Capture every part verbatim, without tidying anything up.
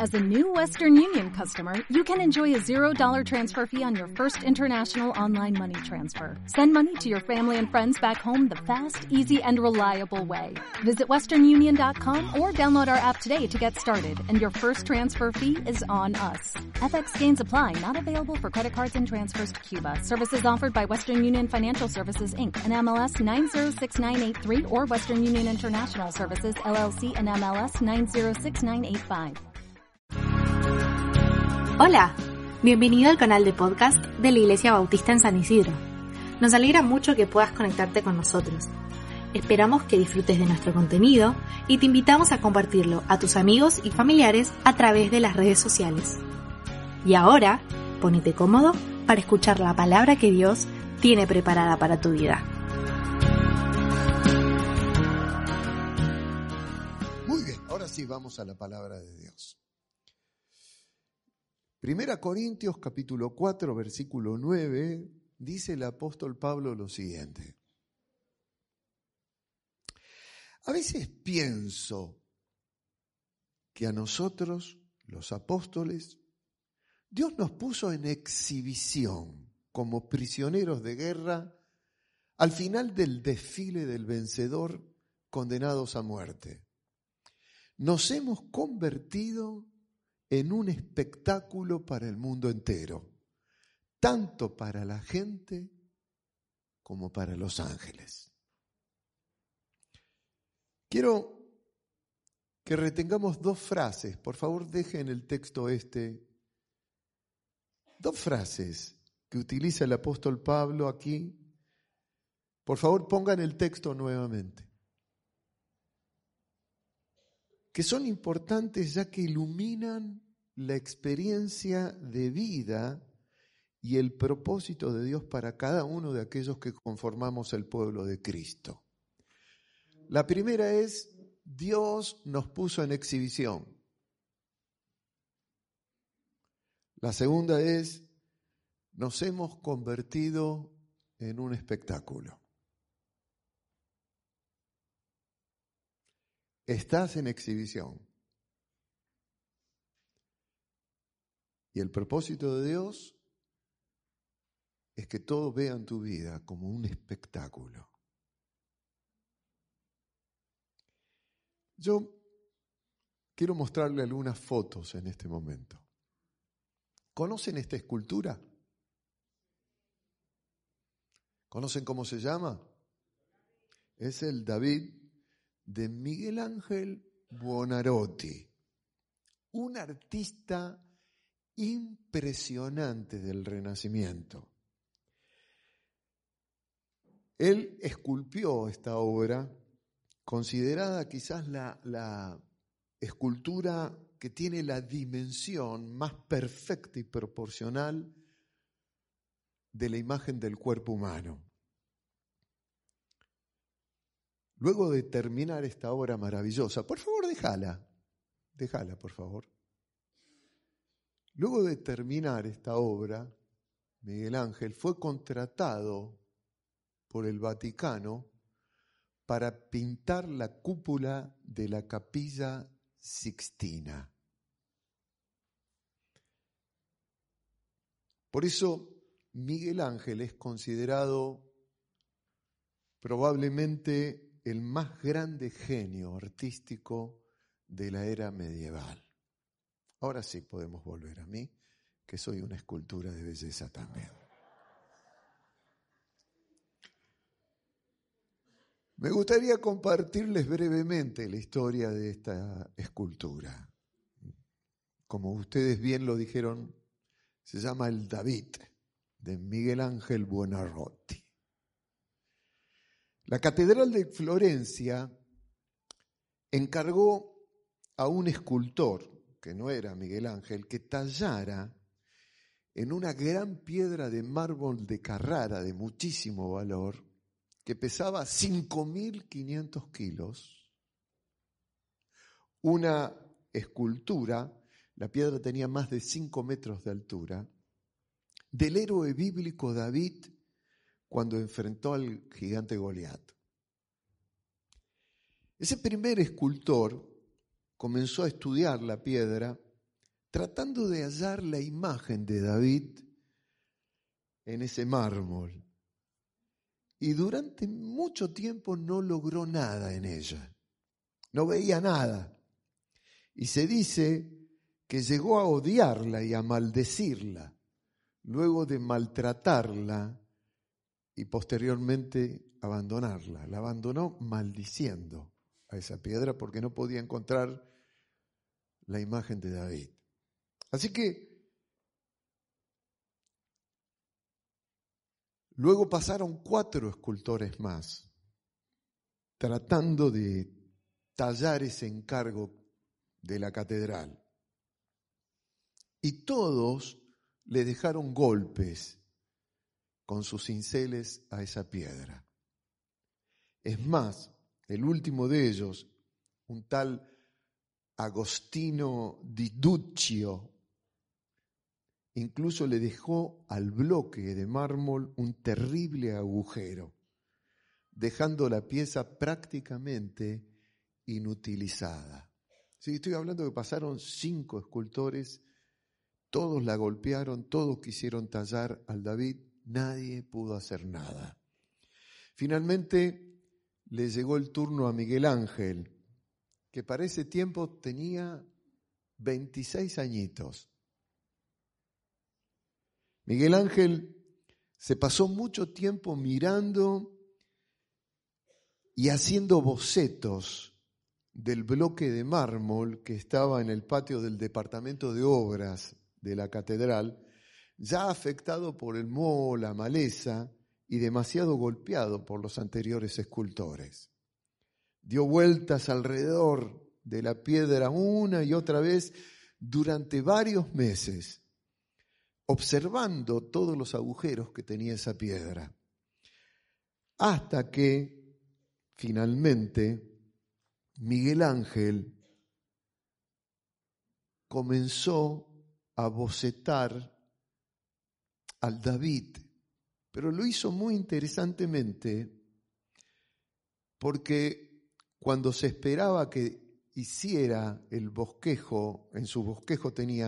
As a new Western Union customer, you can enjoy a zero dollar transfer fee on your first international online money transfer. Send money to your family and friends back home the fast, easy, and reliable way. Visit western union dot com or download our app today to get started, and your first transfer fee is on us. F X gains apply, not available for credit cards and transfers to Cuba. Services offered by Western Union Financial Services, Incorporated, and M L S nine zero six nine eight three or Western Union International Services, L L C, and M L S nine zero six nine eight five. Hola, bienvenido al canal de podcast de la Iglesia Bautista en San Isidro. Nos alegra mucho que puedas conectarte con nosotros. Esperamos que disfrutes de nuestro contenido y te invitamos a compartirlo a tus amigos y familiares a través de las redes sociales. Y ahora, ponete cómodo para escuchar la palabra que Dios tiene preparada para tu vida. Muy bien, ahora sí vamos a la palabra de Dios. Primera Corintios capítulo cuatro, versículo nueve, dice el apóstol Pablo lo siguiente. A veces pienso que a nosotros, los apóstoles, Dios nos puso en exhibición como prisioneros de guerra al final del desfile del vencedor condenados a muerte. Nos hemos convertido en un espectáculo para el mundo entero, tanto para la gente como para los ángeles. Quiero que retengamos dos frases, por favor dejen el texto este, dos frases que utiliza el apóstol Pablo aquí. Por favor pongan el texto nuevamente, que son importantes ya que iluminan la experiencia de vida y el propósito de Dios para cada uno de aquellos que conformamos el pueblo de Cristo. La primera es, Dios nos puso en exhibición. La segunda es, nos hemos convertido en un espectáculo. Estás en exhibición. Y el propósito de Dios es que todos vean tu vida como un espectáculo. Yo quiero mostrarle algunas fotos en este momento. ¿Conocen esta escultura? ¿Conocen cómo se llama? Es el David de Miguel Ángel Buonarroti, un artista impresionante del Renacimiento. Él esculpió esta obra, considerada quizás la, la escultura que tiene la dimensión más perfecta y proporcional de la imagen del cuerpo humano. Luego de terminar esta obra maravillosa, por favor, déjala, déjala, por favor. Luego de terminar esta obra, Miguel Ángel fue contratado por el Vaticano para pintar la cúpula de la Capilla Sixtina. Por eso Miguel Ángel es considerado probablemente el más grande genio artístico de la era medieval. Ahora sí podemos volver a mí, que soy una escultura de belleza también. Me gustaría compartirles brevemente la historia de esta escultura. Como ustedes bien lo dijeron, se llama el David de Miguel Ángel Buonarroti. La Catedral de Florencia encargó a un escultor, que no era Miguel Ángel, que tallara en una gran piedra de mármol de Carrara de muchísimo valor, que pesaba cinco mil quinientos kilos, una escultura, la piedra tenía más de cinco metros de altura, del héroe bíblico David cuando enfrentó al gigante Goliat. Ese primer escultor comenzó a estudiar la piedra tratando de hallar la imagen de David en ese mármol. Y durante mucho tiempo no logró nada en ella. No veía nada. Y se dice que llegó a odiarla y a maldecirla, luego de maltratarla y posteriormente abandonarla. La abandonó maldiciendo a esa piedra porque no podía encontrar la imagen de David. Así que luego pasaron cuatro escultores más, tratando de tallar ese encargo de la catedral. Y todos le dejaron golpes con sus cinceles a esa piedra. Es más, el último de ellos, un tal Agostino di Duccio, incluso le dejó al bloque de mármol un terrible agujero, dejando la pieza prácticamente inutilizada. Sí, estoy hablando que pasaron cinco escultores, todos la golpearon, todos quisieron tallar al David, nadie pudo hacer nada. Finalmente le llegó el turno a Miguel Ángel, que para ese tiempo tenía veintiséis añitos. Miguel Ángel se pasó mucho tiempo mirando y haciendo bocetos del bloque de mármol que estaba en el patio del departamento de obras de la catedral, ya afectado por el moho, la maleza y demasiado golpeado por los anteriores escultores. Dio vueltas alrededor de la piedra una y otra vez durante varios meses, observando todos los agujeros que tenía esa piedra, hasta que finalmente Miguel Ángel comenzó a bocetar al David, pero lo hizo muy interesantemente porque cuando se esperaba que hiciera el bosquejo, en su bosquejo tenía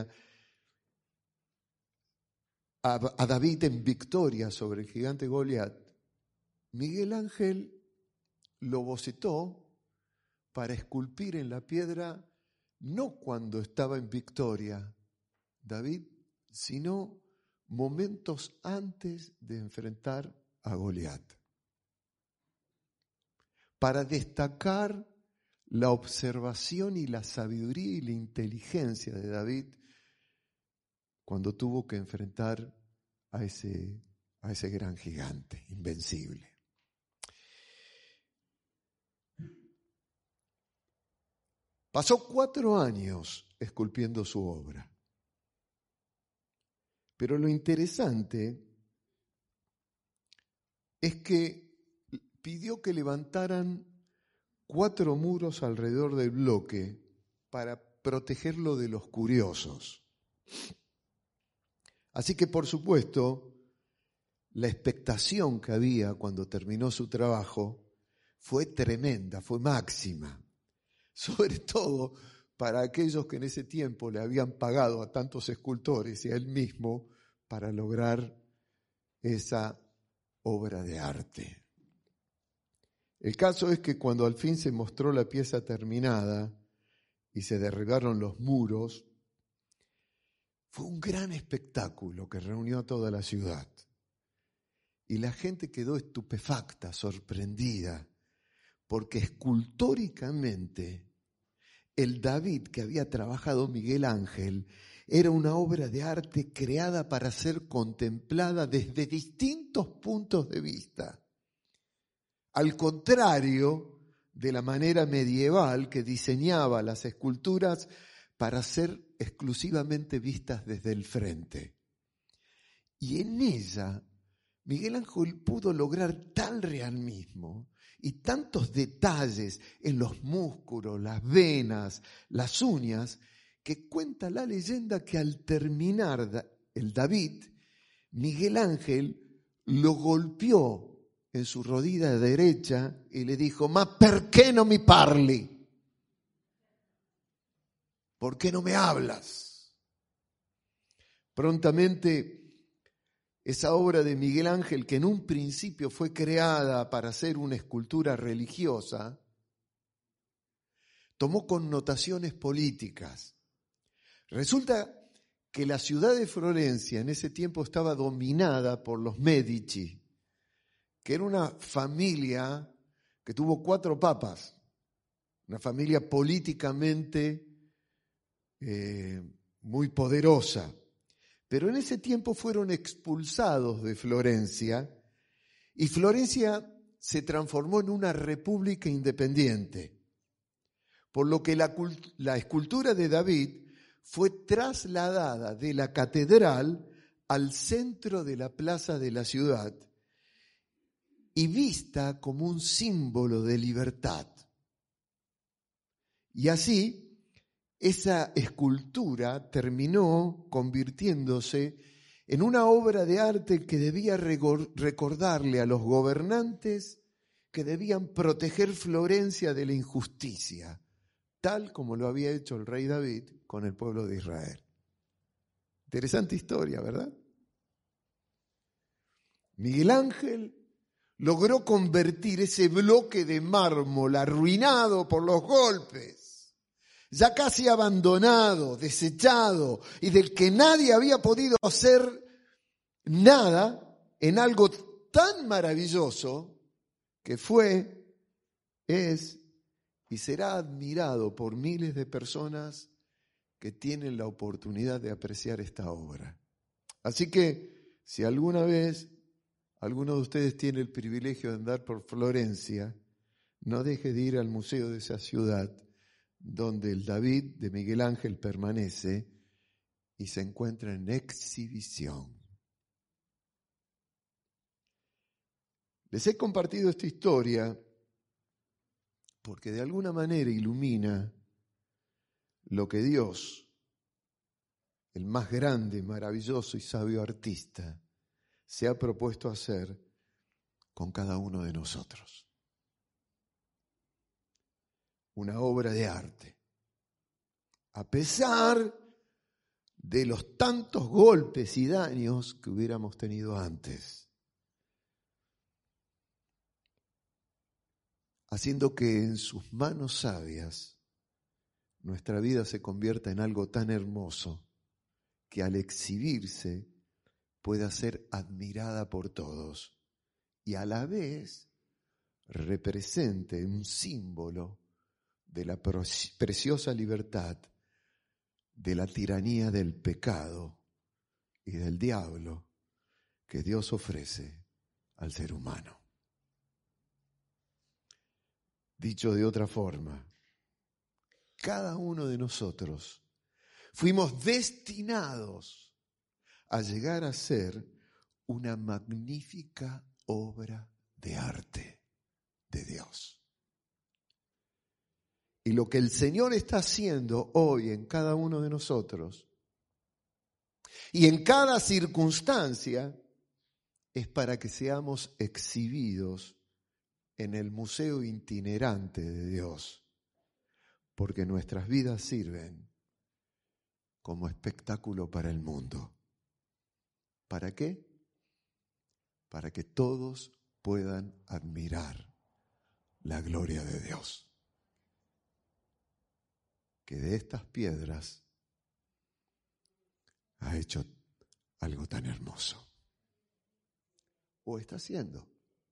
a, a David en victoria sobre el gigante Goliat, Miguel Ángel lo bocetó para esculpir en la piedra no cuando estaba en victoria David, sino momentos antes de enfrentar a Goliat, para destacar la observación y la sabiduría y la inteligencia de David cuando tuvo que enfrentar a ese, a ese gran gigante invencible. Pasó cuatro años esculpiendo su obra. Pero lo interesante es que pidió que levantaran cuatro muros alrededor del bloque para protegerlo de los curiosos. Así que, por supuesto, la expectación que había cuando terminó su trabajo fue tremenda, fue máxima. Sobre todo para aquellos que en ese tiempo le habían pagado a tantos escultores y a él mismo para lograr esa obra de arte. El caso es que cuando al fin se mostró la pieza terminada y se derribaron los muros, fue un gran espectáculo que reunió a toda la ciudad. Y la gente quedó estupefacta, sorprendida, porque escultóricamente el David que había trabajado Miguel Ángel era una obra de arte creada para ser contemplada desde distintos puntos de vista. Al contrario de la manera medieval que diseñaba las esculturas para ser exclusivamente vistas desde el frente. Y en ella, Miguel Ángel pudo lograr tal realismo y tantos detalles en los músculos, las venas, las uñas, que cuenta la leyenda que al terminar el David, Miguel Ángel lo golpeó en su rodilla derecha y le dijo: «Ma perché non mi parli? ¿Por qué no me hablas?». Prontamente, esa obra de Miguel Ángel, que en un principio fue creada para ser una escultura religiosa, tomó connotaciones políticas. Resulta que la ciudad de Florencia en ese tiempo estaba dominada por los Medici, que era una familia que tuvo cuatro papas, una familia políticamente eh, muy poderosa. Pero en ese tiempo fueron expulsados de Florencia y Florencia se transformó en una república independiente, por lo que la, la escultura de David fue trasladada de la catedral al centro de la plaza de la ciudad y vista como un símbolo de libertad. Y así, esa escultura terminó convirtiéndose en una obra de arte que debía recordarle a los gobernantes que debían proteger Florencia de la injusticia, tal como lo había hecho el rey David con el pueblo de Israel. Interesante historia, ¿verdad? Miguel Ángel logró convertir ese bloque de mármol arruinado por los golpes, ya casi abandonado, desechado, y del que nadie había podido hacer nada, en algo tan maravilloso que fue, es y será admirado por miles de personas que tienen la oportunidad de apreciar esta obra. Así que, si alguna vez alguno de ustedes tiene el privilegio de andar por Florencia, no deje de ir al museo de esa ciudad, donde el David de Miguel Ángel permanece y se encuentra en exhibición. Les he compartido esta historia porque de alguna manera ilumina lo que Dios, el más grande, maravilloso y sabio artista, se ha propuesto hacer con cada uno de nosotros. Una obra de arte. A pesar de los tantos golpes y daños que hubiéramos tenido antes. Haciendo que en sus manos sabias nuestra vida se convierta en algo tan hermoso que al exhibirse pueda ser admirada por todos y a la vez represente un símbolo de la preciosa libertad de la tiranía del pecado y del diablo que Dios ofrece al ser humano. Dicho de otra forma, cada uno de nosotros fuimos destinados a llegar a ser una magnífica obra de arte de Dios. Y lo que el Señor está haciendo hoy en cada uno de nosotros y en cada circunstancia es para que seamos exhibidos en el museo itinerante de Dios, porque nuestras vidas sirven como espectáculo para el mundo. ¿Para qué? Para que todos puedan admirar la gloria de Dios. Que de estas piedras ha hecho algo tan hermoso. O está haciendo.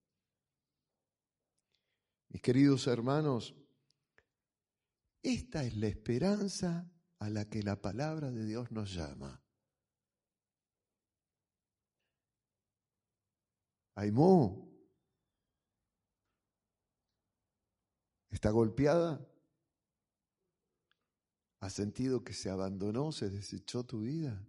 Mis queridos hermanos, esta es la esperanza a la que la palabra de Dios nos llama. Aimó, ¿está golpeada? ¿Has sentido que se abandonó, se desechó tu vida?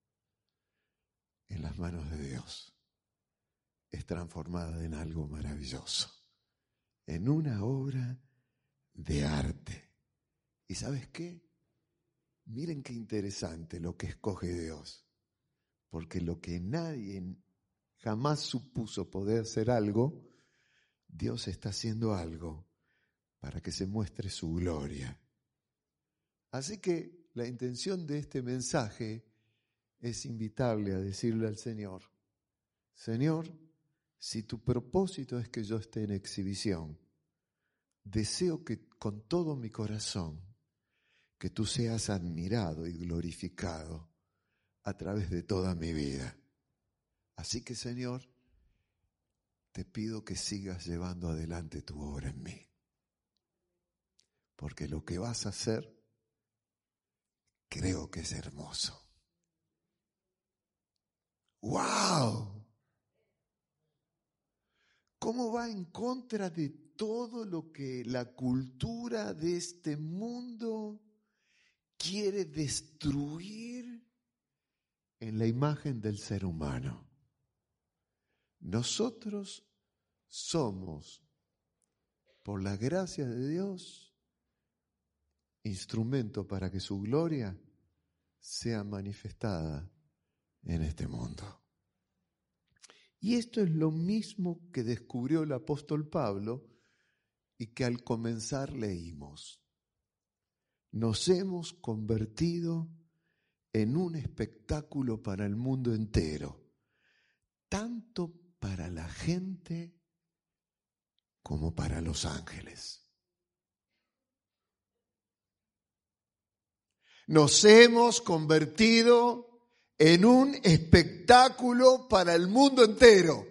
En las manos de Dios es transformada en algo maravilloso, en una obra de arte. ¿Y sabes qué? Miren qué interesante lo que escoge Dios, porque lo que nadie jamás supuso poder hacer algo, Dios está haciendo algo para que se muestre su gloria. Así que la intención de este mensaje es invitarle a decirle al Señor, Señor, si tu propósito es que yo esté en exhibición, deseo que con todo mi corazón, que tú seas admirado y glorificado a través de toda mi vida. Así que, Señor, te pido que sigas llevando adelante tu obra en mí. Porque lo que vas a hacer, creo que es hermoso. ¡Wow! ¿Cómo va en contra de todo lo que la cultura de este mundo quiere destruir en la imagen del ser humano? Nosotros somos, por la gracia de Dios, instrumento para que su gloria sea manifestada en este mundo. Y esto es lo mismo que descubrió el apóstol Pablo y que al comenzar leímos. Nos hemos convertido en un espectáculo para el mundo entero, tanto para la gente como para los ángeles. Nos hemos convertido en un espectáculo para el mundo entero,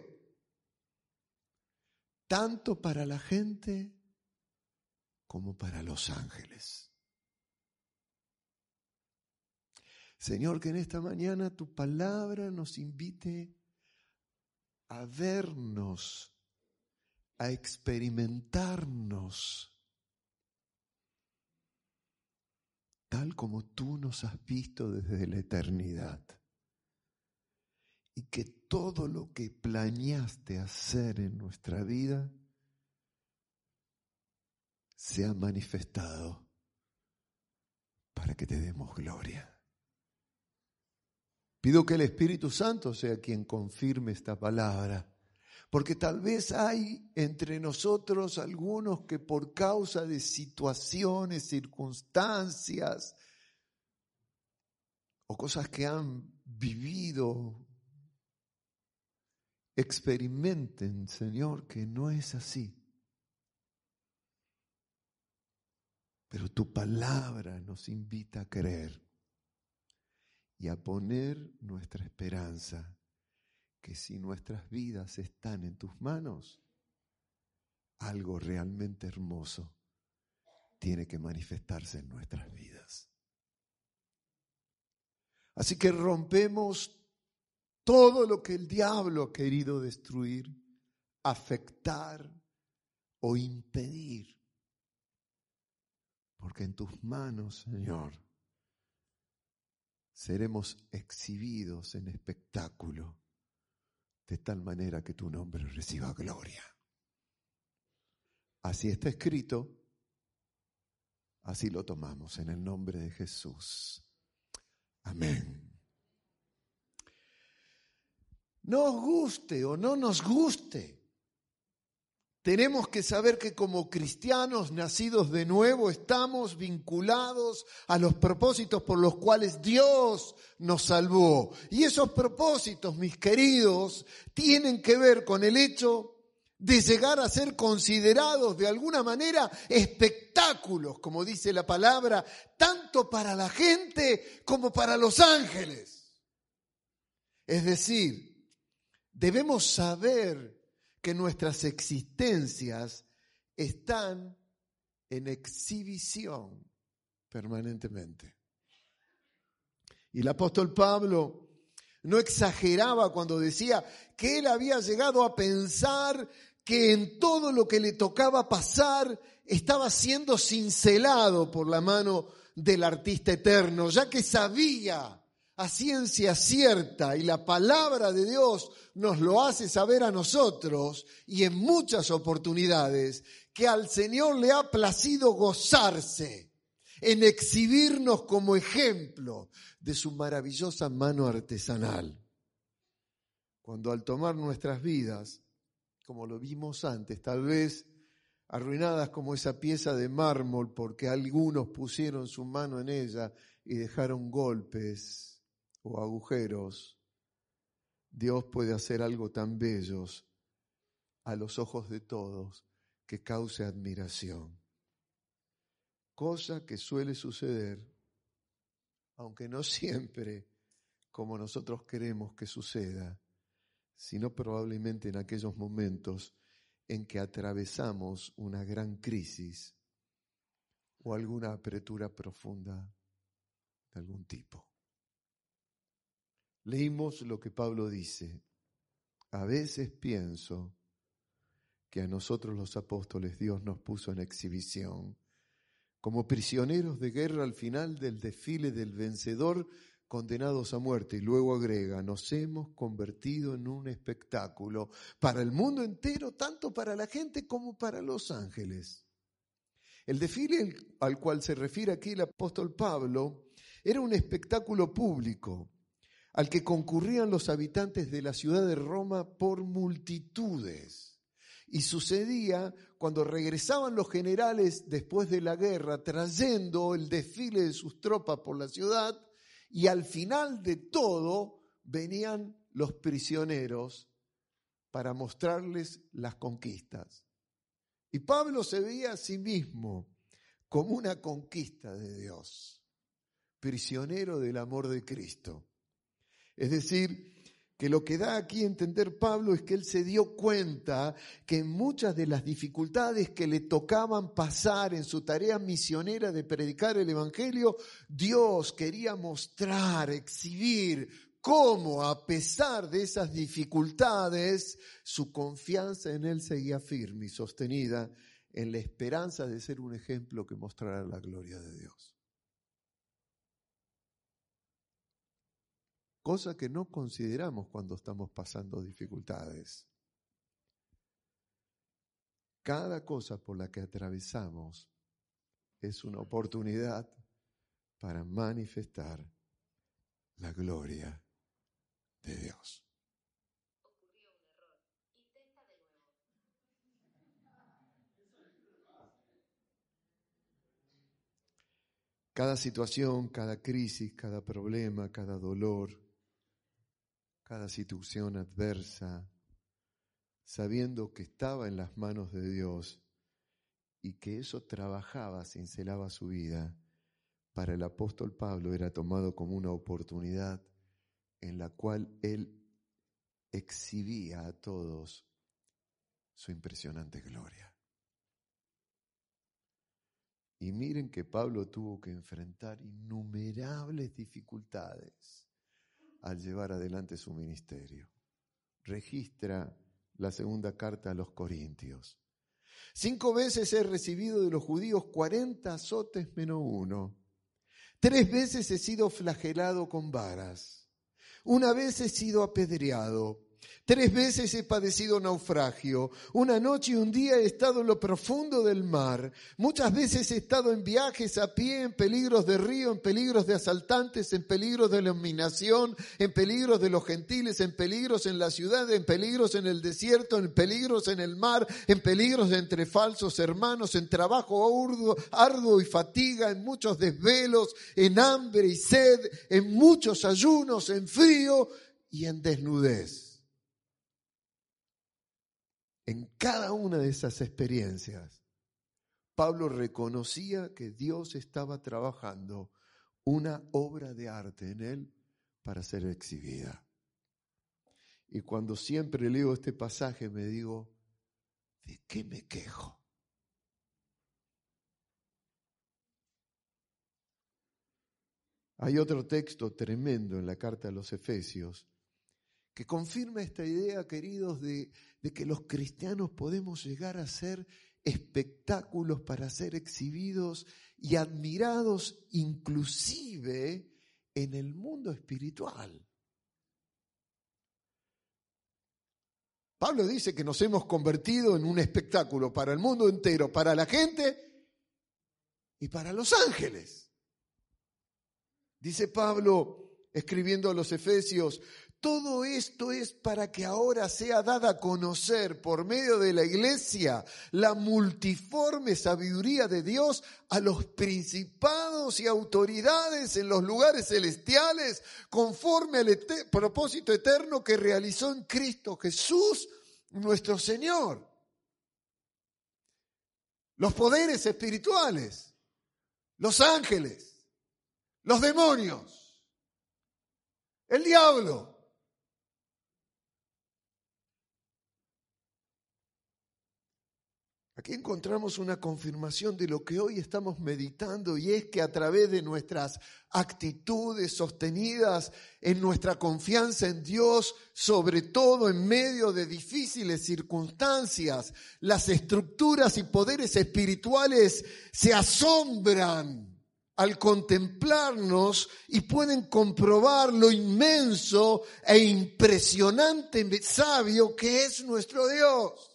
tanto para la gente como para los ángeles. Señor, que en esta mañana tu palabra nos invite a vernos, a experimentarnos, tal como tú nos has visto desde la eternidad. Y que todo lo que planeaste hacer en nuestra vida sea manifestado para que te demos gloria. Pido que el Espíritu Santo sea quien confirme esta palabra, porque tal vez hay entre nosotros algunos que por causa de situaciones, circunstancias o cosas que han vivido, experimenten, Señor, que no es así. Pero tu palabra nos invita a creer y a poner nuestra esperanza, que si nuestras vidas están en tus manos, algo realmente hermoso tiene que manifestarse en nuestras vidas. Así que rompemos todo lo que el diablo ha querido destruir, afectar o impedir. Porque en tus manos, Señor, seremos exhibidos en espectáculo, de tal manera que tu nombre reciba gloria. Así está escrito, así lo tomamos en el nombre de Jesús. Amén. Nos guste o no nos guste, tenemos que saber que como cristianos nacidos de nuevo estamos vinculados a los propósitos por los cuales Dios nos salvó. Y esos propósitos, mis queridos, tienen que ver con el hecho de llegar a ser considerados de alguna manera espectáculos, como dice la palabra, tanto para la gente como para los ángeles. Es decir, debemos saber que nuestras existencias están en exhibición permanentemente. Y el apóstol Pablo no exageraba cuando decía que él había llegado a pensar que en todo lo que le tocaba pasar estaba siendo cincelado por la mano del artista eterno, ya que sabía a ciencia cierta, y la palabra de Dios nos lo hace saber a nosotros y en muchas oportunidades, que al Señor le ha placido gozarse en exhibirnos como ejemplo de su maravillosa mano artesanal. Cuando al tomar nuestras vidas, como lo vimos antes, tal vez arruinadas como esa pieza de mármol porque algunos pusieron su mano en ella y dejaron golpes o agujeros, Dios puede hacer algo tan bello a los ojos de todos que cause admiración. Cosa que suele suceder, aunque no siempre como nosotros queremos que suceda, sino probablemente en aquellos momentos en que atravesamos una gran crisis o alguna apertura profunda de algún tipo. Leímos lo que Pablo dice: a veces pienso que a nosotros los apóstoles Dios nos puso en exhibición, como prisioneros de guerra al final del desfile del vencedor, condenados a muerte. Y luego agrega: nos hemos convertido en un espectáculo para el mundo entero, tanto para la gente como para los ángeles. El desfile al cual se refiere aquí el apóstol Pablo era un espectáculo público al que concurrían los habitantes de la ciudad de Roma por multitudes. Y sucedía cuando regresaban los generales después de la guerra, trayendo el desfile de sus tropas por la ciudad, y al final de todo venían los prisioneros para mostrarles las conquistas. Y Pablo se veía a sí mismo como una conquista de Dios, prisionero del amor de Cristo. Es decir, que lo que da aquí a entender Pablo es que él se dio cuenta que en muchas de las dificultades que le tocaban pasar en su tarea misionera de predicar el Evangelio, Dios quería mostrar, exhibir cómo a pesar de esas dificultades, su confianza en él seguía firme y sostenida en la esperanza de ser un ejemplo que mostrara la gloria de Dios. Cosa que no consideramos cuando estamos pasando dificultades. Cada cosa por la que atravesamos es una oportunidad para manifestar la gloria de Dios. Ocurrió un error. Intenta de nuevo. Cada situación, cada crisis, cada problema, cada dolor, cada situación adversa, sabiendo que estaba en las manos de Dios y que eso trabajaba, cincelaba su vida, para el apóstol Pablo era tomado como una oportunidad en la cual él exhibía a todos su impresionante gloria. Y miren que Pablo tuvo que enfrentar innumerables dificultades al llevar adelante su ministerio. Registra la segunda carta a los Corintios. Cinco veces he recibido de los judíos cuarenta azotes menos uno. Tres veces he sido flagelado con varas. Una vez he sido apedreado. Tres veces he padecido naufragio. Una noche y un día he estado en lo profundo del mar. Muchas veces he estado en viajes a pie, en peligros de río, en peligros de asaltantes, en peligros de dominación, en peligros de los gentiles, en peligros en la ciudad, en peligros en el desierto, en peligros en el mar, en peligros entre falsos hermanos, en trabajo arduo, arduo y fatiga, en muchos desvelos, en hambre y sed, en muchos ayunos, en frío y en desnudez. En cada una de esas experiencias, Pablo reconocía que Dios estaba trabajando una obra de arte en él para ser exhibida. Y cuando siempre leo este pasaje me digo, ¿de qué me quejo? Hay otro texto tremendo en la carta a los Efesios que confirma esta idea, queridos, de, de que los cristianos podemos llegar a ser espectáculos para ser exhibidos y admirados inclusive en el mundo espiritual. Pablo dice que nos hemos convertido en un espectáculo para el mundo entero, para la gente y para los ángeles. Dice Pablo, escribiendo a los Efesios, todo esto es para que ahora sea dada a conocer por medio de la iglesia la multiforme sabiduría de Dios a los principados y autoridades en los lugares celestiales, conforme al et- propósito eterno que realizó en Cristo Jesús, nuestro Señor. Los poderes espirituales, los ángeles, los demonios, el diablo. Aquí encontramos una confirmación de lo que hoy estamos meditando, y es que a través de nuestras actitudes sostenidas en nuestra confianza en Dios, sobre todo en medio de difíciles circunstancias, las estructuras y poderes espirituales se asombran al contemplarnos y pueden comprobar lo inmenso e impresionante sabio que es nuestro Dios.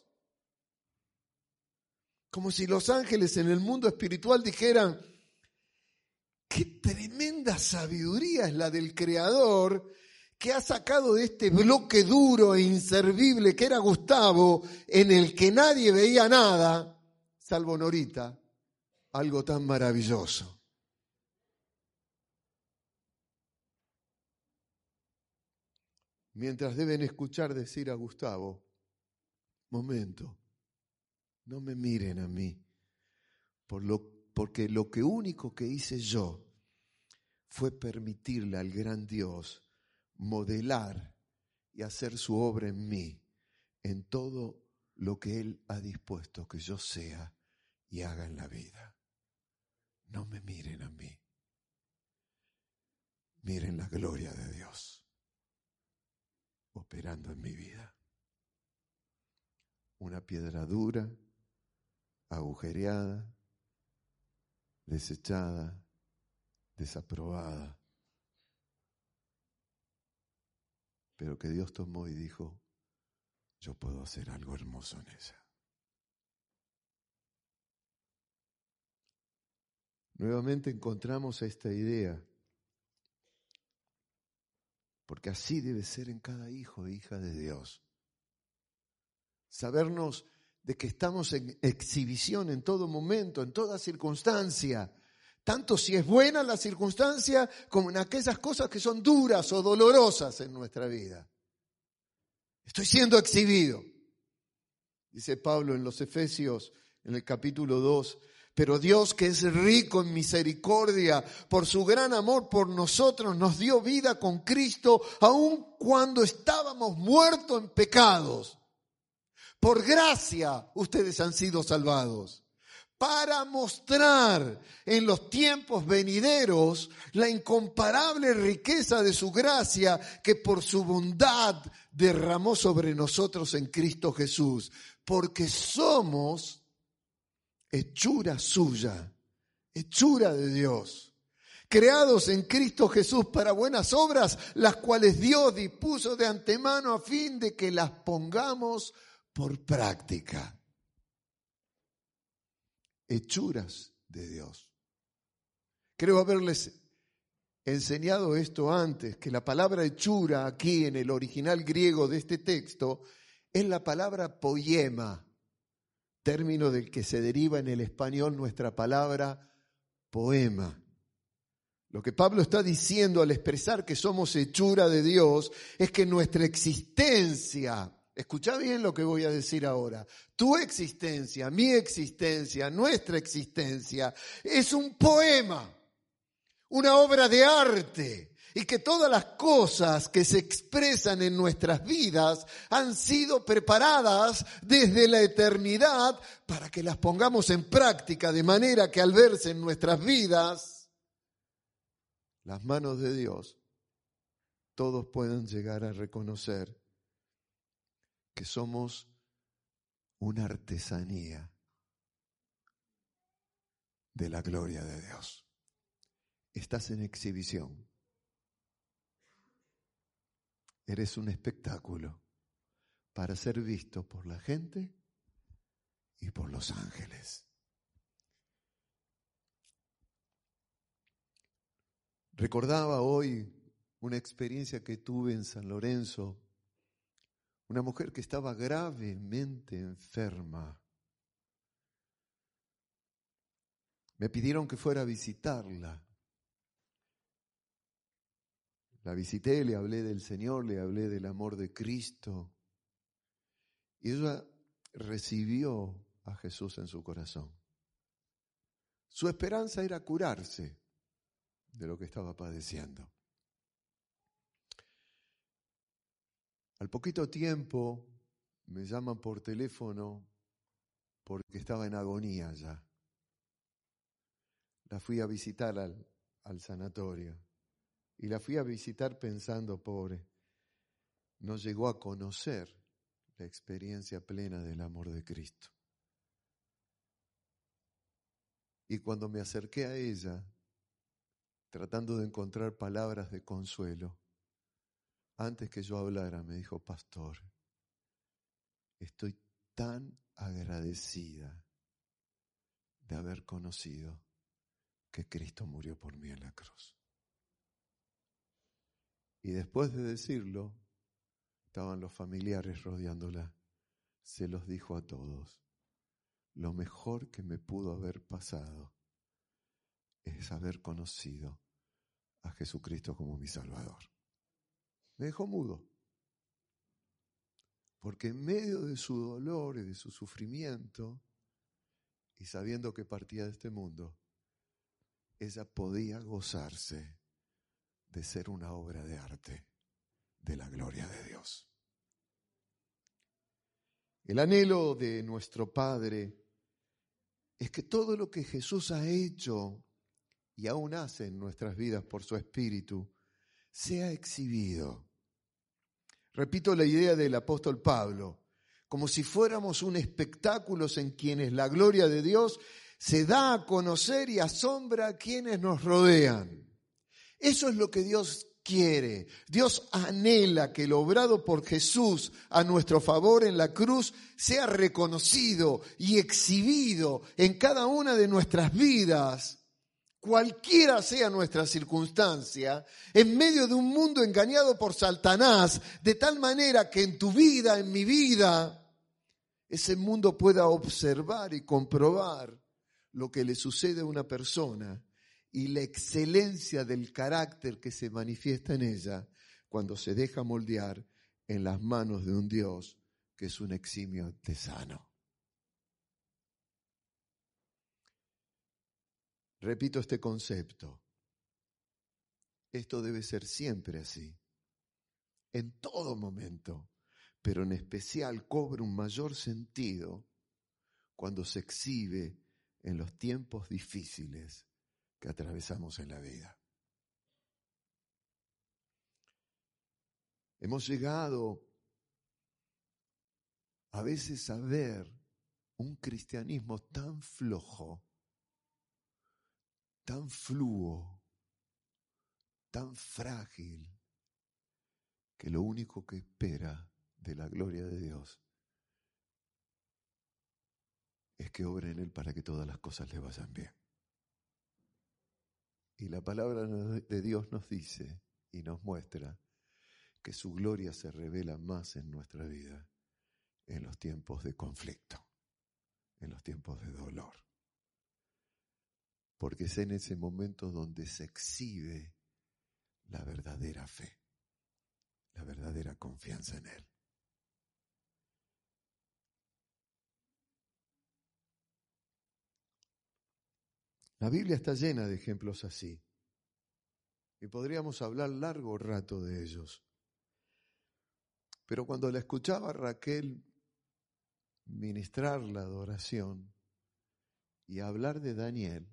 Como si los ángeles en el mundo espiritual dijeran: qué tremenda sabiduría es la del Creador, que ha sacado de este bloque duro e inservible que era Gustavo, en el que nadie veía nada, salvo Norita, algo tan maravilloso. Mientras deben escuchar decir a Gustavo: momento, no me miren a mí, por lo, porque lo que único que hice yo fue permitirle al gran Dios modelar y hacer su obra en mí, en todo lo que Él ha dispuesto que yo sea y haga en la vida. No me miren a mí, miren la gloria de Dios operando en mi vida. Una piedra dura, agujereada, desechada, desaprobada, pero que Dios tomó y dijo: yo puedo hacer algo hermoso en ella. Nuevamente encontramos esta idea, porque así debe ser en cada hijo e hija de Dios. Sabernos de que estamos en exhibición en todo momento, en toda circunstancia, tanto si es buena la circunstancia como en aquellas cosas que son duras o dolorosas en nuestra vida. Estoy siendo exhibido. Dice Pablo en los Efesios, en el capítulo dos, pero Dios, que es rico en misericordia, por su gran amor por nosotros, nos dio vida con Cristo, aun cuando estábamos muertos en pecados. Por gracia ustedes han sido salvados, para mostrar en los tiempos venideros la incomparable riqueza de su gracia que por su bondad derramó sobre nosotros en Cristo Jesús. Porque somos hechura suya, hechura de Dios, creados en Cristo Jesús para buenas obras, las cuales Dios dispuso de antemano a fin de que las pongamos por práctica. Hechuras de Dios. Creo haberles enseñado esto antes, que la palabra hechura aquí en el original griego de este texto es la palabra poema, término del que se deriva en el español nuestra palabra poema. Lo que Pablo está diciendo al expresar que somos hechura de Dios es que nuestra existencia, escucha bien lo que voy a decir ahora, tu existencia, mi existencia, nuestra existencia, es un poema, una obra de arte, y que todas las cosas que se expresan en nuestras vidas han sido preparadas desde la eternidad para que las pongamos en práctica, de manera que al verse en nuestras vidas las manos de Dios, todos puedan llegar a reconocer que somos una artesanía de la gloria de Dios. Estás en exhibición. Eres un espectáculo para ser visto por la gente y por los ángeles. Recordaba hoy una experiencia que tuve en San Lorenzo, una mujer que estaba gravemente enferma. Me pidieron que fuera a visitarla. La visité, le hablé del Señor, le hablé del amor de Cristo. Y ella recibió a Jesús en su corazón. Su esperanza era curarse de lo que estaba padeciendo. Al poquito tiempo me llaman por teléfono porque estaba en agonía ya. La fui a visitar al, al sanatorio y la fui a visitar pensando, pobre, no llegó a conocer la experiencia plena del amor de Cristo. Y cuando me acerqué a ella, tratando de encontrar palabras de consuelo, antes que yo hablara, me dijo: pastor, estoy tan agradecida de haber conocido que Cristo murió por mí en la cruz. Y después de decirlo, estaban los familiares rodeándola. Se los dijo a todos: lo mejor que me pudo haber pasado es haber conocido a Jesucristo como mi Salvador. Me dejó mudo, porque en medio de su dolor y de su sufrimiento, y sabiendo que partía de este mundo, ella podía gozarse de ser una obra de arte de la gloria de Dios. El anhelo de nuestro Padre es que todo lo que Jesús ha hecho y aún hace en nuestras vidas por su Espíritu sea exhibido. Repito la idea del apóstol Pablo, como si fuéramos un espectáculo en quienes la gloria de Dios se da a conocer y asombra a quienes nos rodean. Eso es lo que Dios quiere. Dios anhela que lo obrado por Jesús a nuestro favor en la cruz sea reconocido y exhibido en cada una de nuestras vidas, cualquiera sea nuestra circunstancia, en medio de un mundo engañado por Satanás, de tal manera que en tu vida, en mi vida, ese mundo pueda observar y comprobar lo que le sucede a una persona y la excelencia del carácter que se manifiesta en ella cuando se deja moldear en las manos de un Dios que es un eximio artesano. Repito este concepto. Esto debe ser siempre así, en todo momento, pero en especial cobra un mayor sentido cuando se exhibe en los tiempos difíciles que atravesamos en la vida. Hemos llegado a veces a ver un cristianismo tan flojo, tan fluo, tan frágil, que lo único que espera de la gloria de Dios es que obre en él para que todas las cosas le vayan bien. Y la palabra de Dios nos dice y nos muestra que su gloria se revela más en nuestra vida en los tiempos de conflicto, en los tiempos de dolor. Porque es en ese momento donde se exhibe la verdadera fe, la verdadera confianza en Él. La Biblia está llena de ejemplos así, y podríamos hablar largo rato de ellos. Pero cuando la escuchaba Raquel ministrar la adoración y hablar de Daniel,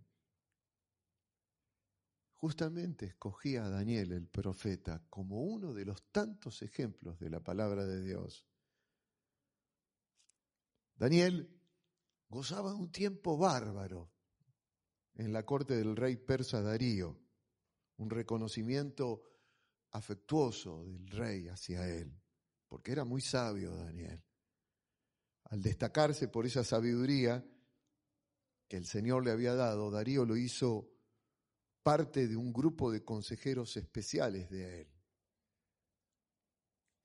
justamente escogía a Daniel, el profeta, como uno de los tantos ejemplos de la palabra de Dios. Daniel gozaba de un tiempo bárbaro en la corte del rey persa Darío, un reconocimiento afectuoso del rey hacia él, porque era muy sabio Daniel. Al destacarse por esa sabiduría que el Señor le había dado, Darío lo hizo parte de un grupo de consejeros especiales de él.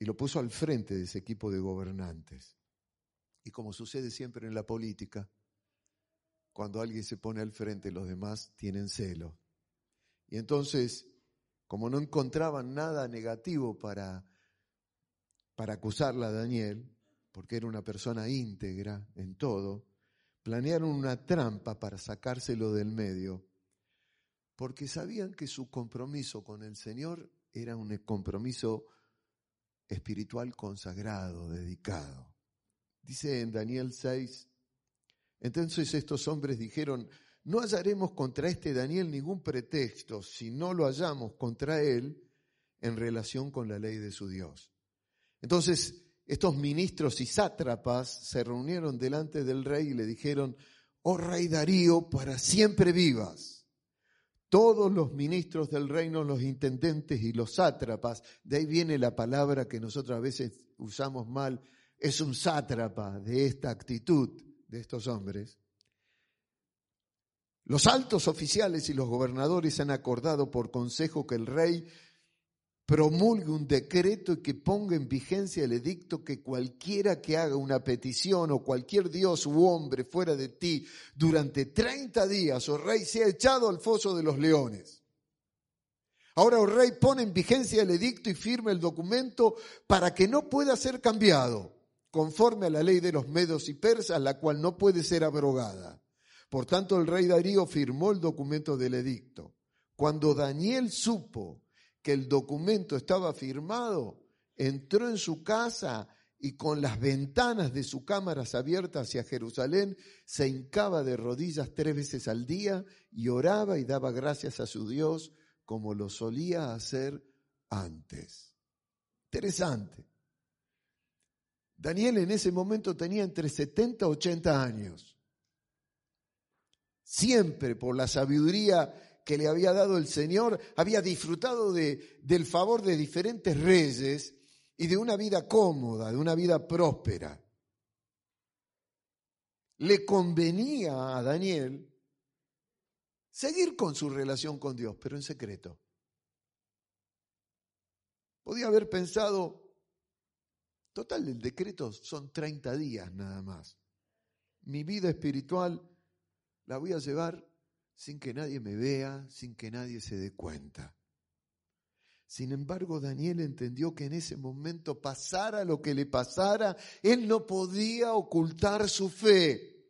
y lo puso al frente de ese equipo de gobernantes. Y como sucede siempre en la política, cuando alguien se pone al frente, los demás tienen celo. Y entonces, como no encontraban nada negativo para, para acusarla a Daniel, porque era una persona íntegra en todo, planearon una trampa para sacárselo del medio, porque sabían que su compromiso con el Señor era un compromiso espiritual consagrado, dedicado. Dice en Daniel seis, entonces estos hombres dijeron, no hallaremos contra este Daniel ningún pretexto si no lo hallamos contra él en relación con la ley de su Dios. Entonces estos ministros y sátrapas se reunieron delante del rey y le dijeron, oh rey Darío, para siempre vivas. Todos los ministros del reino, los intendentes y los sátrapas, de ahí viene la palabra que nosotros a veces usamos mal, es un sátrapa de esta actitud de estos hombres. Los altos oficiales y los gobernadores han acordado por consejo que el rey promulgue un decreto y que ponga en vigencia el edicto que cualquiera que haga una petición o cualquier dios u hombre fuera de ti durante treinta días, oh rey, sea echado al foso de los leones. Ahora, oh rey, pone en vigencia el edicto y firma el documento para que no pueda ser cambiado, conforme a la ley de los medos y persas, la cual no puede ser abrogada. Por tanto, el rey Darío firmó el documento del edicto. Cuando Daniel supo que el documento estaba firmado, entró en su casa y con las ventanas de su cámara abiertas hacia Jerusalén, se hincaba de rodillas tres veces al día y oraba y daba gracias a su Dios como lo solía hacer antes. Interesante. Daniel en ese momento tenía entre setenta y ochenta años. Siempre por la sabiduría que le había dado el Señor, había disfrutado de, del favor de diferentes reyes y de una vida cómoda, de una vida próspera. Le convenía a Daniel seguir con su relación con Dios, pero en secreto. Podía haber pensado, total, el decreto son treinta días nada más. Mi vida espiritual la voy a llevar sin que nadie me vea, sin que nadie se dé cuenta. Sin embargo, Daniel entendió que en ese momento, pasara lo que le pasara, él no podía ocultar su fe.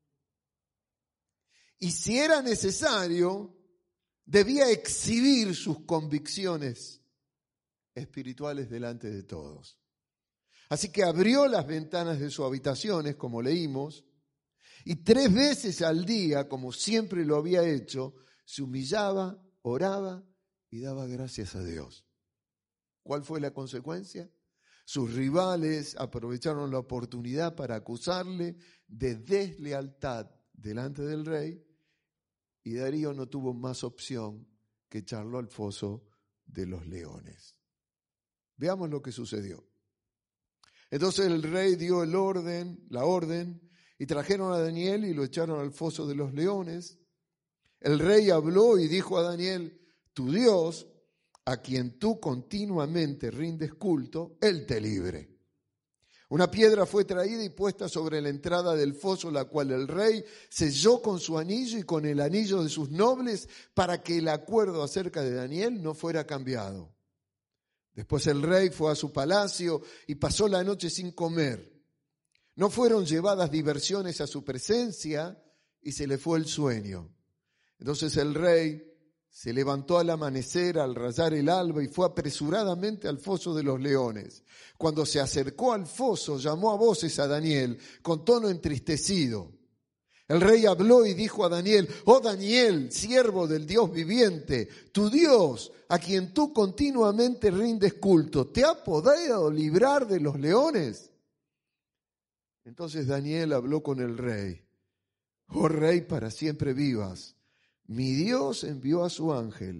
Y si era necesario, debía exhibir sus convicciones espirituales delante de todos. Así que abrió las ventanas de sus habitaciones, como leímos, y tres veces al día, como siempre lo había hecho, se humillaba, oraba y daba gracias a Dios. ¿Cuál fue la consecuencia? Sus rivales aprovecharon la oportunidad para acusarle de deslealtad delante del rey y Darío no tuvo más opción que echarlo al foso de los leones. Veamos lo que sucedió. Entonces el rey dio el orden, la orden, y trajeron a Daniel y lo echaron al foso de los leones. El rey habló y dijo a Daniel, tu Dios, a quien tú continuamente rindes culto, él te libre. Una piedra fue traída y puesta sobre la entrada del foso, la cual el rey selló con su anillo y con el anillo de sus nobles para que el acuerdo acerca de Daniel no fuera cambiado. Después el rey fue a su palacio y pasó la noche sin comer. No fueron llevadas diversiones a su presencia y se le fue el sueño. Entonces el rey se levantó al amanecer, al rayar el alba, y fue apresuradamente al foso de los leones. Cuando se acercó al foso, llamó a voces a Daniel con tono entristecido. El rey habló y dijo a Daniel, oh Daniel, siervo del Dios viviente, tu Dios, a quien tú continuamente rindes culto, ¿te ha podido librar de los leones? Entonces Daniel habló con el rey, oh rey, para siempre vivas. Mi Dios envió a su ángel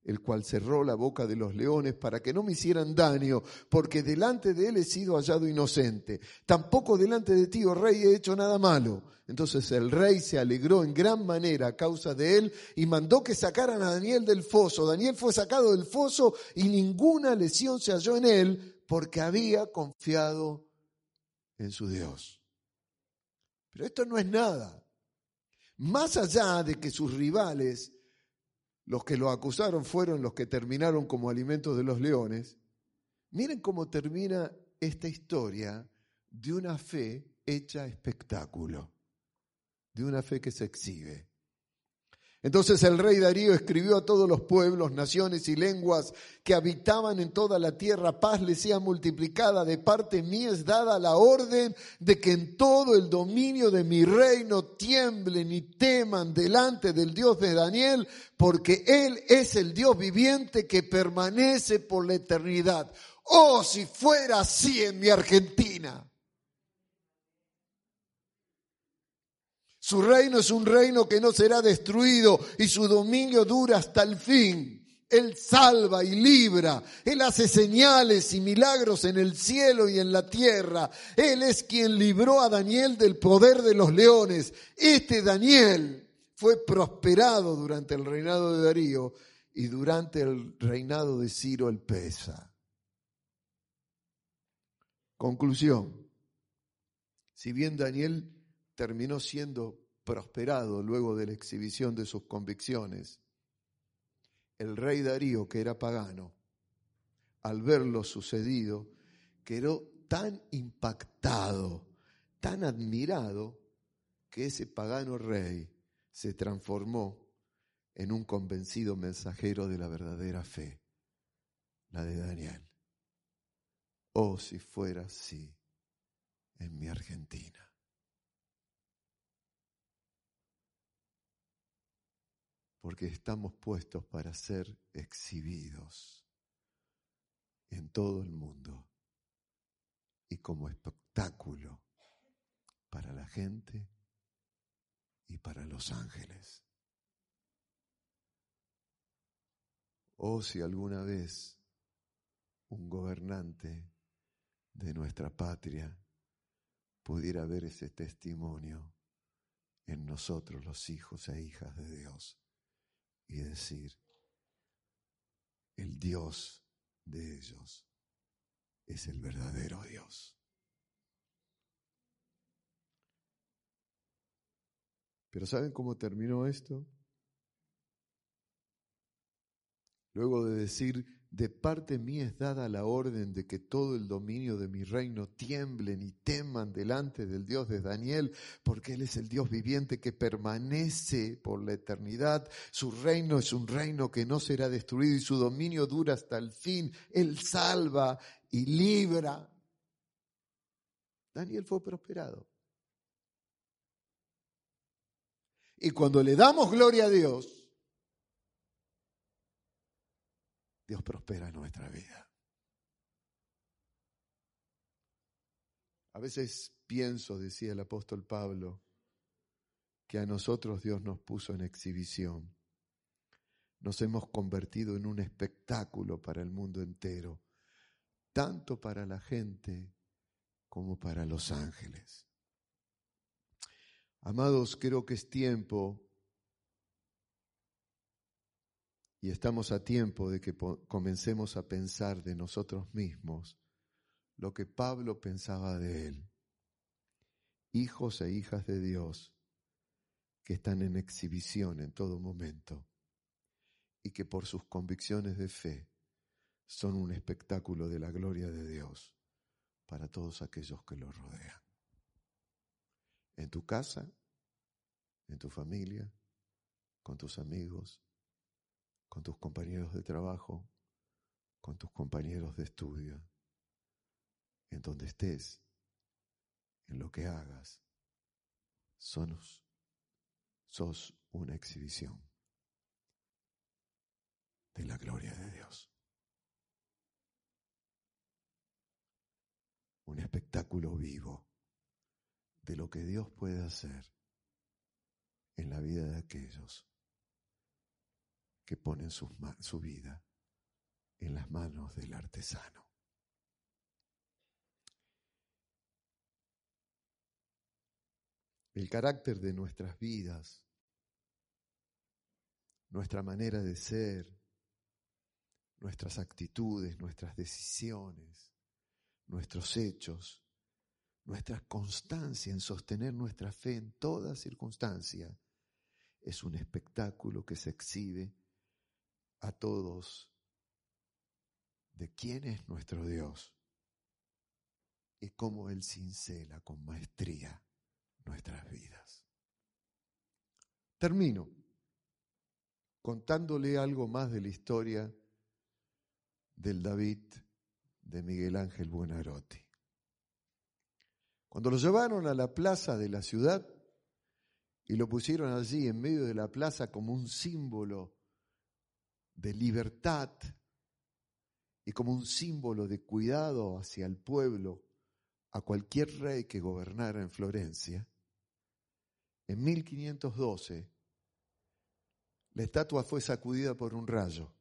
el cual cerró la boca de los leones para que no me hicieran daño, porque delante de él he sido hallado inocente. Tampoco delante de ti, oh rey, he hecho nada malo. Entonces el rey se alegró en gran manera a causa de él y mandó que sacaran a Daniel del foso. Daniel fue sacado del foso y ninguna lesión se halló en él, porque había confiado en su Dios. Pero esto no es nada. Más allá de que sus rivales, los que lo acusaron, fueron los que terminaron como alimentos de los leones, miren cómo termina esta historia de una fe hecha espectáculo, de una fe que se exhibe. Entonces el rey Darío escribió a todos los pueblos, naciones y lenguas que habitaban en toda la tierra: paz les sea multiplicada, de parte mía es dada la orden de que en todo el dominio de mi reino tiemblen y teman delante del Dios de Daniel, porque Él es el Dios viviente que permanece por la eternidad. ¡Oh, si fuera así en mi Argentina! Su reino es un reino que no será destruido y su dominio dura hasta el fin. Él salva y libra. Él hace señales y milagros en el cielo y en la tierra. Él es quien libró a Daniel del poder de los leones. Este Daniel fue prosperado durante el reinado de Darío y durante el reinado de Ciro el Persa. Conclusión. Si bien Daniel terminó siendo prosperado luego de la exhibición de sus convicciones, el rey Darío, que era pagano, al ver lo sucedido, quedó tan impactado, tan admirado, que ese pagano rey se transformó en un convencido mensajero de la verdadera fe, la de Daniel. Oh, si fuera así en mi Argentina. Porque estamos puestos para ser exhibidos en todo el mundo y como espectáculo para la gente y para los ángeles. O si alguna vez un gobernante de nuestra patria pudiera ver ese testimonio en nosotros, los hijos e hijas de Dios, y decir: el Dios de ellos es el verdadero Dios. Pero ¿saben cómo terminó esto? Luego de decir: de parte mía es dada la orden de que todo el dominio de mi reino tiemblen y teman delante del Dios de Daniel, porque Él es el Dios viviente que permanece por la eternidad. Su reino es un reino que no será destruido y su dominio dura hasta el fin. Él salva y libra. Daniel fue prosperado. Y cuando le damos gloria a Dios, Dios prospera nuestra vida. A veces pienso, decía el apóstol Pablo, que a nosotros Dios nos puso en exhibición. Nos hemos convertido en un espectáculo para el mundo entero, tanto para la gente como para los ángeles. Amados, creo que es tiempo, y estamos a tiempo de que po- comencemos a pensar de nosotros mismos lo que Pablo pensaba de él. Hijos e hijas de Dios que están en exhibición en todo momento y que por sus convicciones de fe son un espectáculo de la gloria de Dios para todos aquellos que lo rodean. En tu casa, en tu familia, con tus amigos, con tus compañeros de trabajo, con tus compañeros de estudio, en donde estés, en lo que hagas, sonos, sos una exhibición de la gloria de Dios. Un espectáculo vivo de lo que Dios puede hacer en la vida de aquellos que ponen su, su vida en las manos del artesano. El carácter de nuestras vidas, nuestra manera de ser, nuestras actitudes, nuestras decisiones, nuestros hechos, nuestra constancia en sostener nuestra fe en toda circunstancia, es un espectáculo que se exhibe a todos de quién es nuestro Dios y cómo Él cincela con maestría nuestras vidas. Termino contándole algo más de la historia del David de Miguel Ángel Buonarroti. Cuando lo llevaron a la plaza de la ciudad y lo pusieron allí en medio de la plaza como un símbolo de libertad y como un símbolo de cuidado hacia el pueblo, a cualquier rey que gobernara en Florencia, en mil quinientos doce la estatua fue sacudida por un rayo,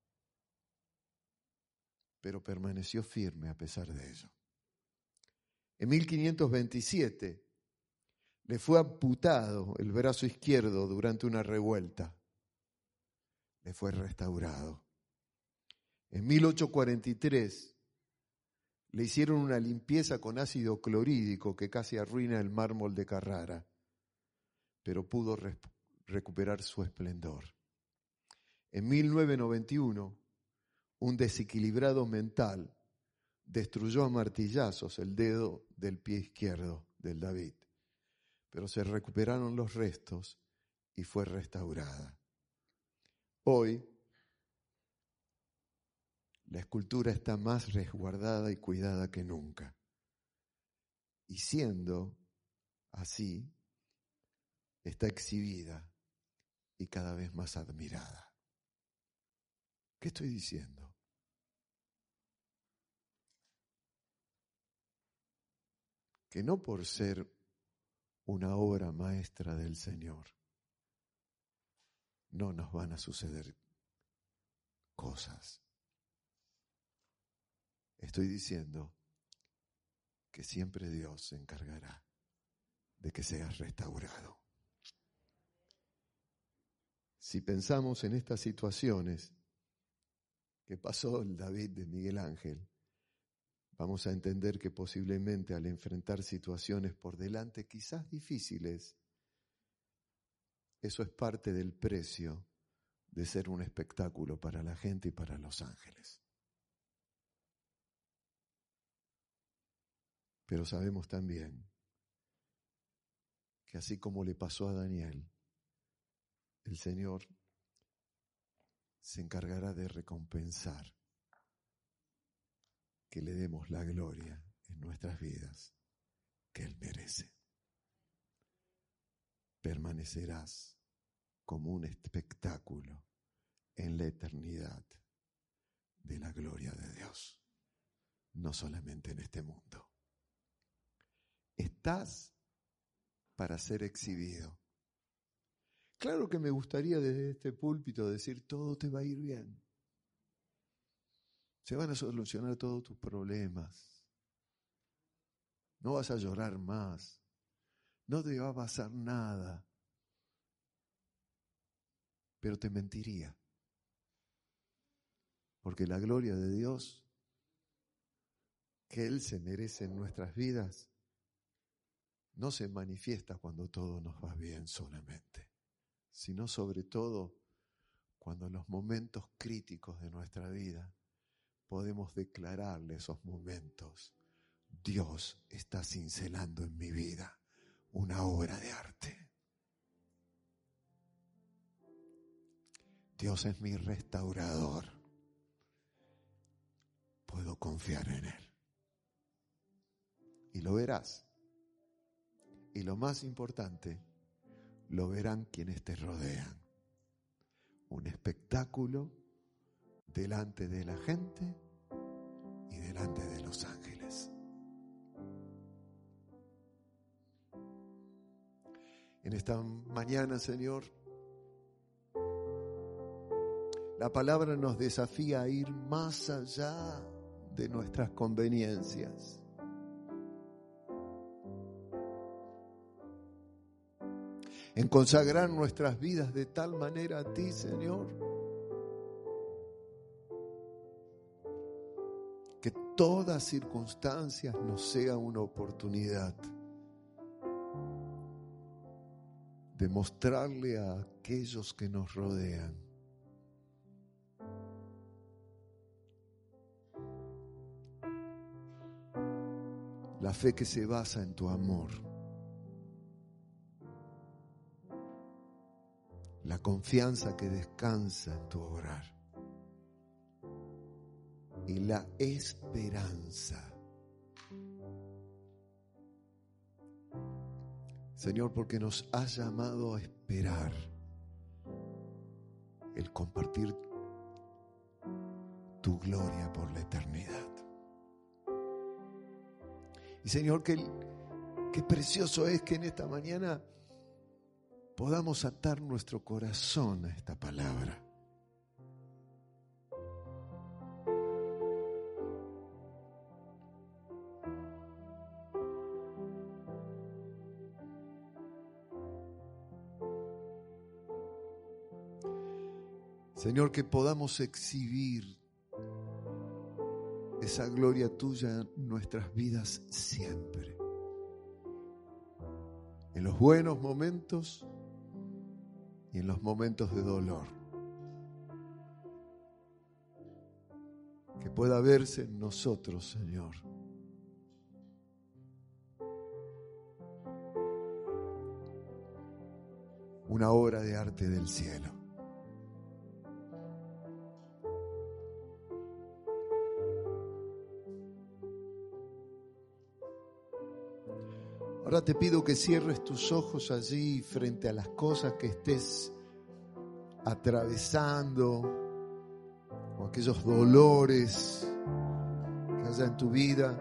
pero permaneció firme a pesar de ello. En mil quinientos veintisiete le fue amputado el brazo izquierdo durante una revuelta. Le fue restaurado. En mil ochocientos cuarenta y tres le hicieron una limpieza con ácido clorhídrico que casi arruina el mármol de Carrara, pero pudo re- recuperar su esplendor. En mil novecientos noventa y uno, un desequilibrado mental destruyó a martillazos el dedo del pie izquierdo del David, pero se recuperaron los restos y fue restaurada. Hoy, la escultura está más resguardada y cuidada que nunca. Y siendo así, está exhibida y cada vez más admirada. ¿Qué estoy diciendo? Que no por ser una obra maestra del Señor, no nos van a suceder cosas. Estoy diciendo que siempre Dios se encargará de que seas restaurado. Si pensamos en estas situaciones que pasó el David de Miguel Ángel, vamos a entender que posiblemente al enfrentar situaciones por delante quizás difíciles, eso es parte del precio de ser un espectáculo para la gente y para los ángeles. Pero sabemos también que así como le pasó a Daniel, el Señor se encargará de recompensar que le demos la gloria en nuestras vidas que Él merece. Permanecerás como un espectáculo en la eternidad de la gloria de Dios, no solamente en este mundo. Estás para ser exhibido. Claro que me gustaría desde este púlpito decir todo te va a ir bien. Se van a solucionar todos tus problemas. No vas a llorar más. No te va a pasar nada. Pero te mentiría. Porque la gloria de Dios que Él se merece en nuestras vidas no se manifiesta cuando todo nos va bien solamente, sino sobre todo cuando en los momentos críticos de nuestra vida podemos declararle esos momentos: Dios está cincelando en mi vida una obra de arte. Dios es mi restaurador. Puedo confiar en Él. Y lo verás. Y lo más importante, lo verán quienes te rodean. Un espectáculo delante de la gente y delante de los ángeles. En esta mañana, Señor, La palabra nos desafía a ir más allá de nuestras conveniencias. En consagrar nuestras vidas de tal manera a ti, Señor, que toda circunstancia nos sea una oportunidad de mostrarle a aquellos que nos rodean la fe que se basa en tu amor, la confianza que descansa en tu obrar y la esperanza. Señor, porque nos has llamado a esperar el compartir tu gloria por la eternidad. Y Señor, qué, qué precioso es que en esta mañana podamos atar nuestro corazón a esta palabra. Señor, que podamos exhibir esa gloria tuya en nuestras vidas siempre. En los buenos momentos y en los momentos de dolor. Que pueda verse en nosotros, Señor, una obra de arte del cielo. Ahora te pido que cierres tus ojos allí frente a las cosas que estés atravesando o aquellos dolores que haya en tu vida.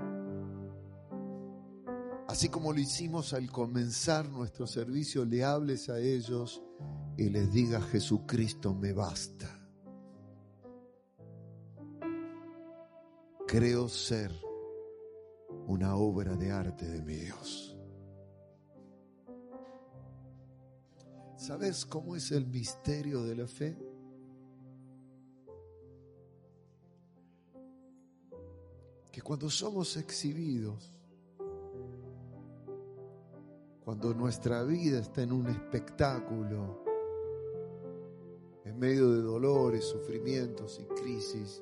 Así como lo hicimos al comenzar nuestro servicio, le hables a ellos y les digas: Jesucristo me basta. Creo ser una obra de arte de mi Dios. ¿Sabes cómo es el misterio de la fe? Que cuando somos exhibidos, cuando nuestra vida está en un espectáculo, en medio de dolores, sufrimientos y crisis,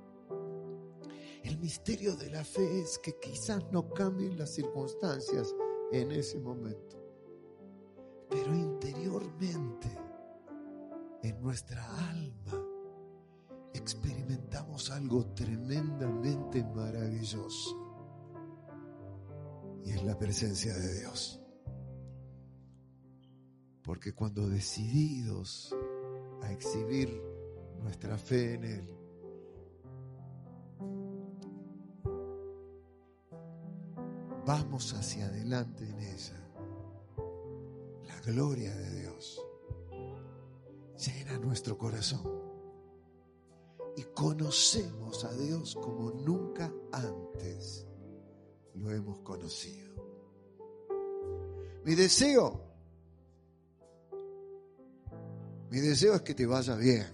el misterio de la fe es que quizás no cambien las circunstancias en ese momento, pero interiormente, en nuestra alma, experimentamos algo tremendamente maravilloso, y es la presencia de Dios. Porque cuando decididos a exhibir nuestra fe en Él, vamos hacia adelante en ella, la gloria de Dios llena nuestro corazón y conocemos a Dios como nunca antes lo hemos conocido. Mi deseo, mi deseo es que te vaya bien,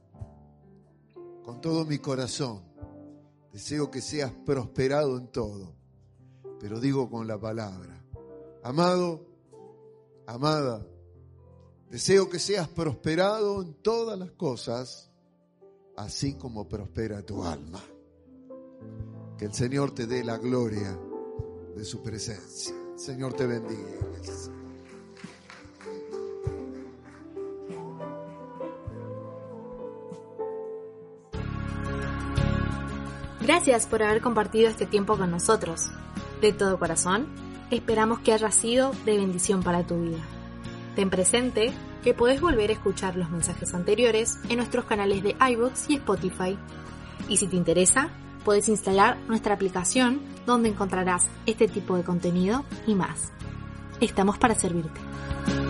con todo mi corazón. Deseo que seas prosperado en todo, pero digo con la palabra: amado, amada, deseo que seas prosperado en todas las cosas, así como prospera tu alma. Que el Señor te dé la gloria de su presencia. El Señor te bendiga. Gracias por haber compartido este tiempo con nosotros. De todo corazón, esperamos que haya sido de bendición para tu vida. Ten presente que podés volver a escuchar los mensajes anteriores en nuestros canales de iVoox y Spotify. Y si te interesa, podés instalar nuestra aplicación donde encontrarás este tipo de contenido y más. Estamos para servirte.